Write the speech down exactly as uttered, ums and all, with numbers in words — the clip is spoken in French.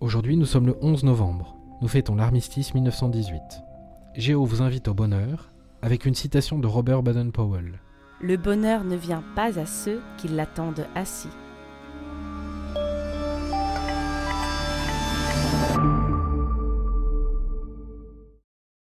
Aujourd'hui, nous sommes le onze novembre. Nous fêtons l'armistice mille neuf cent dix-huit. Géo vous invite au bonheur avec une citation de Robert Baden-Powell. Le bonheur ne vient pas à ceux qui l'attendent assis.